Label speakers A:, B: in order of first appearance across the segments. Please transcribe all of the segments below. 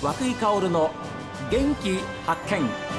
A: 和久井薫の元気発見。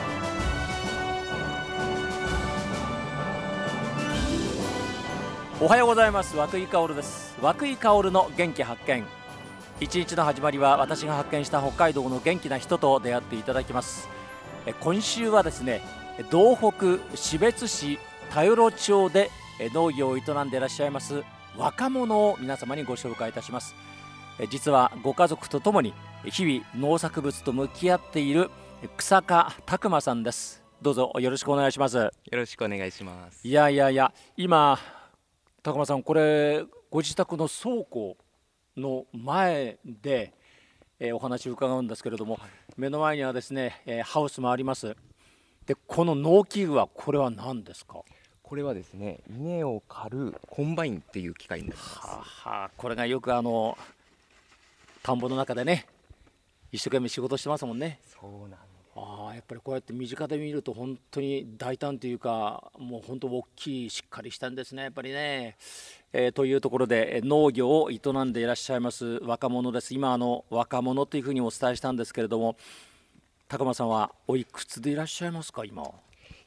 A: おはようございます。和久井薫です。和久井薫の元気発見。一日の始まりは私が発見した北海道の元気な人と出会っていただきます。今週はですね、道北士別市田与町で農業を営んでいらっしゃいます若者を皆様にご紹介いたします。実はご家族とともに日々農作物と向き合っている草加拓磨さんです。どうぞよろしくお願いします。
B: よろしくお願いします。
A: いや今拓磨さん、これご自宅の倉庫の前で、お話を伺うんですけれども、目の前にはですね、ハウスもあります。でこの農機具はこれは何ですか？
B: これはですね、稲を刈るコンバインっていう機械になります。
A: これがよく田んぼの中でね一生懸命仕事してますもんね。
B: そうなんです。
A: やっぱりこうやって身近で見ると本当に大胆というか、もう本当大きいしっかりしたんですね、やっぱりね。というところで農業を営んでいらっしゃいます若者です。今若者というふうにお伝えしたんですけれども、高間さんはおいくつでいらっしゃいますか？今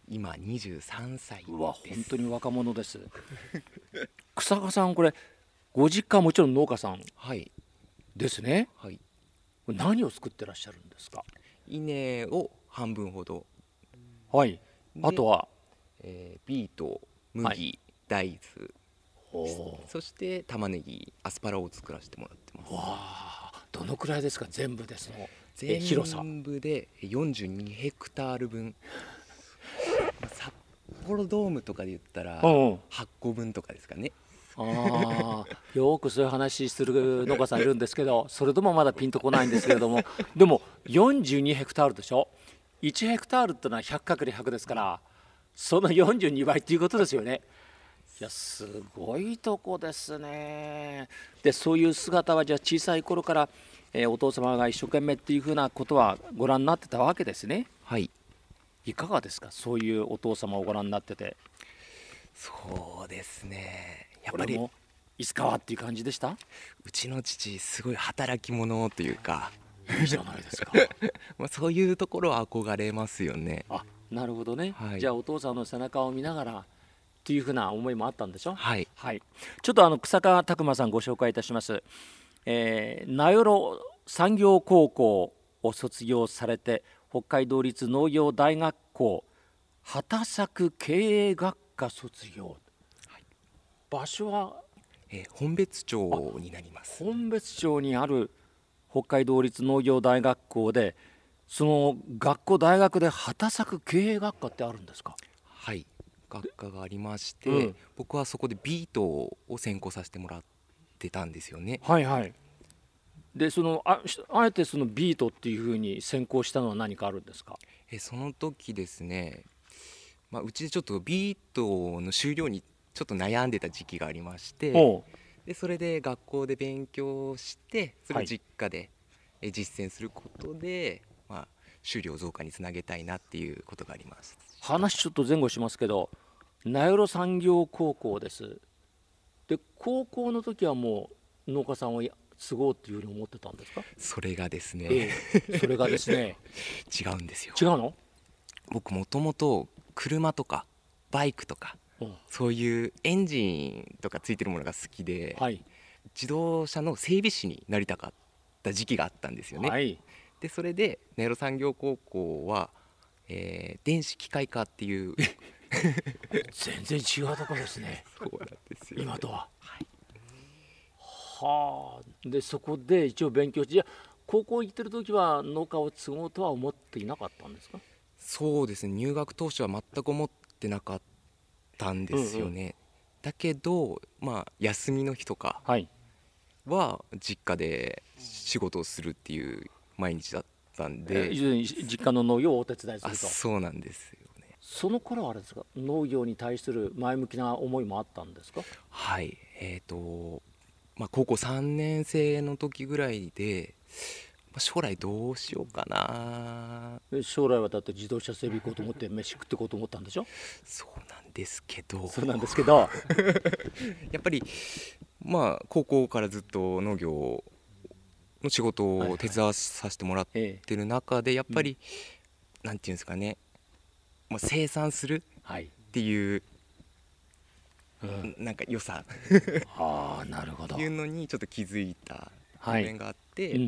B: 23歳です。
A: 本当に若者です草加さん、これご実家はもちろん農家さんですね。
B: はい、
A: 何を作ってらっしゃるんですか？
B: 稲を半分ほど、
A: あとは、
B: ビート、麦、大豆、そして玉ねぎ、アスパラを作らせてもらってます。
A: どのくらいですか？全部で広さ
B: 全部で42ヘクタール分札幌ドームとかで言ったら8個分とかですかね。
A: よくそういう話する農家さんいるんですけど、それでもまだピンとこないんですけれどもでも42ヘクタールでしょ。1ヘクタールってのは 100×100 ですから、その42倍っていうことですよね。いや、すごいとこですね。でそういう姿はじゃあ小さい頃から、お父様が一生懸命っていうふうなことはご覧になってたわけですね。
B: はい。
A: いかがですか、そういうお父様をご覧になってて。
B: そうですね、やっ
A: こ
B: ぱり
A: れもいつかはっていう感じでした？
B: うちの父すごい働き者というか
A: いいじゃないですか
B: そういうところは憧れますよね。
A: なるほどね、
B: はい、
A: じゃあお父さんの背中を見ながらっていうふうな思いもあったんでしょ。
B: はい、
A: ちょっと草加拓磨さんご紹介いたします。名寄産業高校を卒業されて、北海道立農業大学校畑作経営学科卒業、場所は、
B: 本別町になります。
A: 本別町にある北海道立農業大学校で、その学校大学で畑作経営学科ってあるんですか？
B: はい、学科がありまして、僕はそこでビートを専攻させてもらってたんですよね。
A: であえてそのビートっていうふうに専攻したのは何かあるんですか？
B: その時ですね、うちでちょっとビートの修了にちょっと悩んでた時期がありまして、でそれで学校で勉強して、それを実家で実践することで、収量増加につなげたいなっていうことがあります。
A: 話ちょっと前後しますけど、名寄産業高校です。で高校の時はもう農家さんを継ごうっていうふうに思ってたんですか？
B: それがですね、
A: 違
B: うんですよ。
A: 違うの？
B: 僕もともと車とかバイクとか、そういうエンジンとかついてるものが好きで、自動車の整備士になりたかった時期があったんですよね。でそれで名寄産業高校は、電子機械科っていう
A: 全然違うところですね。
B: そうなんですよね、
A: 今とは。でそこで一応勉強して、じゃあ高校行ってる時は農家を継ごうとは思っていなかったんですか？
B: そうですね、入学当初は全く思ってなかったんですよね。だけど、休みの日とかは実家で仕事をするっていう毎日だったんで、
A: 実家の農業をお手伝いすると。
B: そうなんですよね。
A: その頃はあれですか、農業に対する前向きな思いもあったんですか？
B: はい、高校3年生の時ぐらいで、将来どうしようかな。
A: 将来はだって自動車整備行こうと思って飯食っていこうと思ったんでしょ？
B: そうなんですけどやっぱり高校からずっと農業の仕事を手伝わさせてもらってる中でやっぱり、なんていうんですかね、生産するっていう、なんか良さ
A: なるほど
B: いうのにちょっと気づいた場面があって、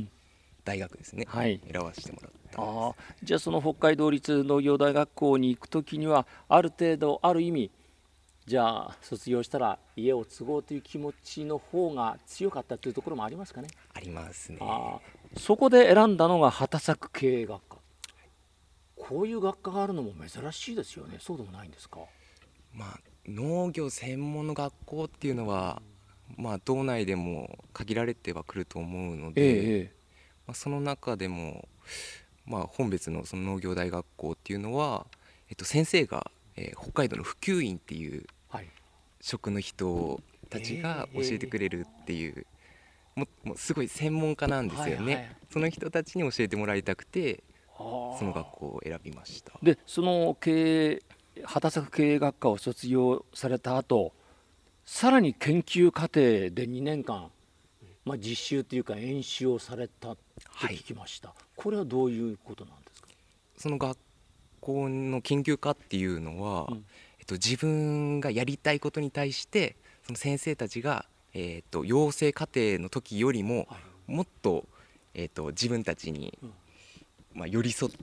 B: 大学ですね、選ばせてもらったんです。
A: じゃあその北海道立農業大学校に行くときにはある程度ある意味じゃあ卒業したら家を継ごうという気持ちの方が強かったというところもありますかね。
B: ありますね。
A: そこで選んだのが畑作経営学科。こういう学科があるのも珍しいですよね。そうでもないんですか。
B: 農業専門の学校っていうのは、道内でも限られてはくると思うので、その中でも、本別のその農業大学校っていうのは、先生が、北海道の普及員っていう職の人たちが教えてくれるっていう、もうすごい専門家なんですよね。その人たちに教えてもらいたくてその学校を選びました。
A: でその畑作経営学科を卒業された後、さらに研究課程で2年間、実習というか演習をされたと聞きました、これはどういうことなんですか。
B: その学校の研究科っていうのは、自分がやりたいことに対してその先生たちが、養成課程の時よりももっと、自分たちに、寄り添って、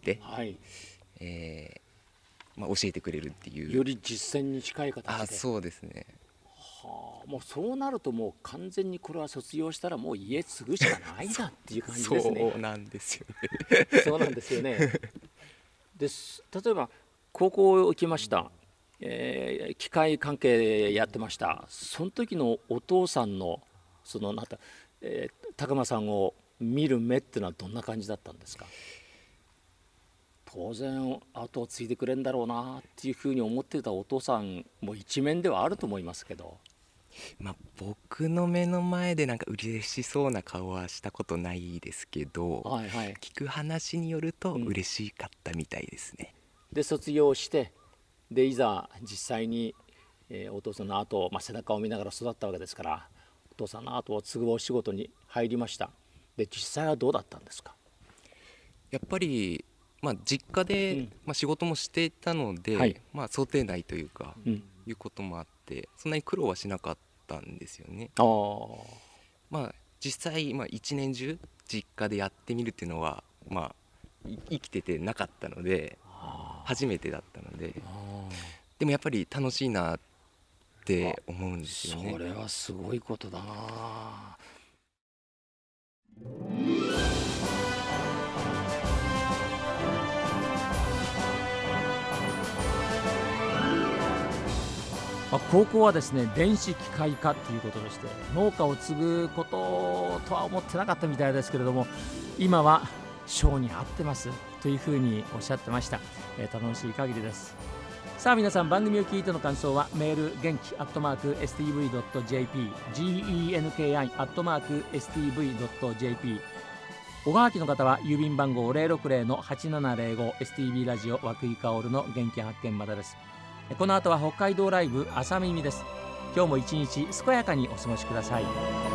B: 教えてくれるっていう、
A: より実践に近い形で。
B: そうですね。
A: もうそうなるともう完全にこれは卒業したらもう家継ぐしかないなっていう感じですね。
B: そうなんですよ
A: ねそうなんですよね。例えば高校行きました、機械関係やってました。その時のお父さんのその高間さんを見る目っていうのはどんな感じだったんですか。当然後を継いでくれるんだろうなっていうふうに思ってたお父さんも一面ではあると思いますけど、
B: 僕の目の前でなんか嬉しそうな顔はしたことないですけど、聞く話によると嬉しかったみたいですね。
A: で卒業してでいざ実際に、お父さんの後、背中を見ながら育ったわけですから、お父さんの後を継ぐお仕事に入りました。で実際はどうだったんですか。
B: やっぱり実家で、仕事もしていたので、想定内というか、いうこともあってそんなに苦労はしなかったんですよね。実際、一年中実家でやってみるっていうのは、生きててなかったので初めてだったので、でもやっぱり楽しいなって思うんですよね。
A: それはすごいことだな。高校はですね電子機械科ということでして、農家を継ぐこととは思ってなかったみたいですけれども、今は性に合ってますというふうにおっしゃってました。楽しい限りです。さあ皆さん、番組を聞いての感想はメール元気@stv.jp genki@stv.jp、 おはがきの方は郵便番号 060-8705 STV ラジオ和久井薫の元気発見までです。この後は北海道ライブ朝耳です。今日も一日健やかにお過ごしください。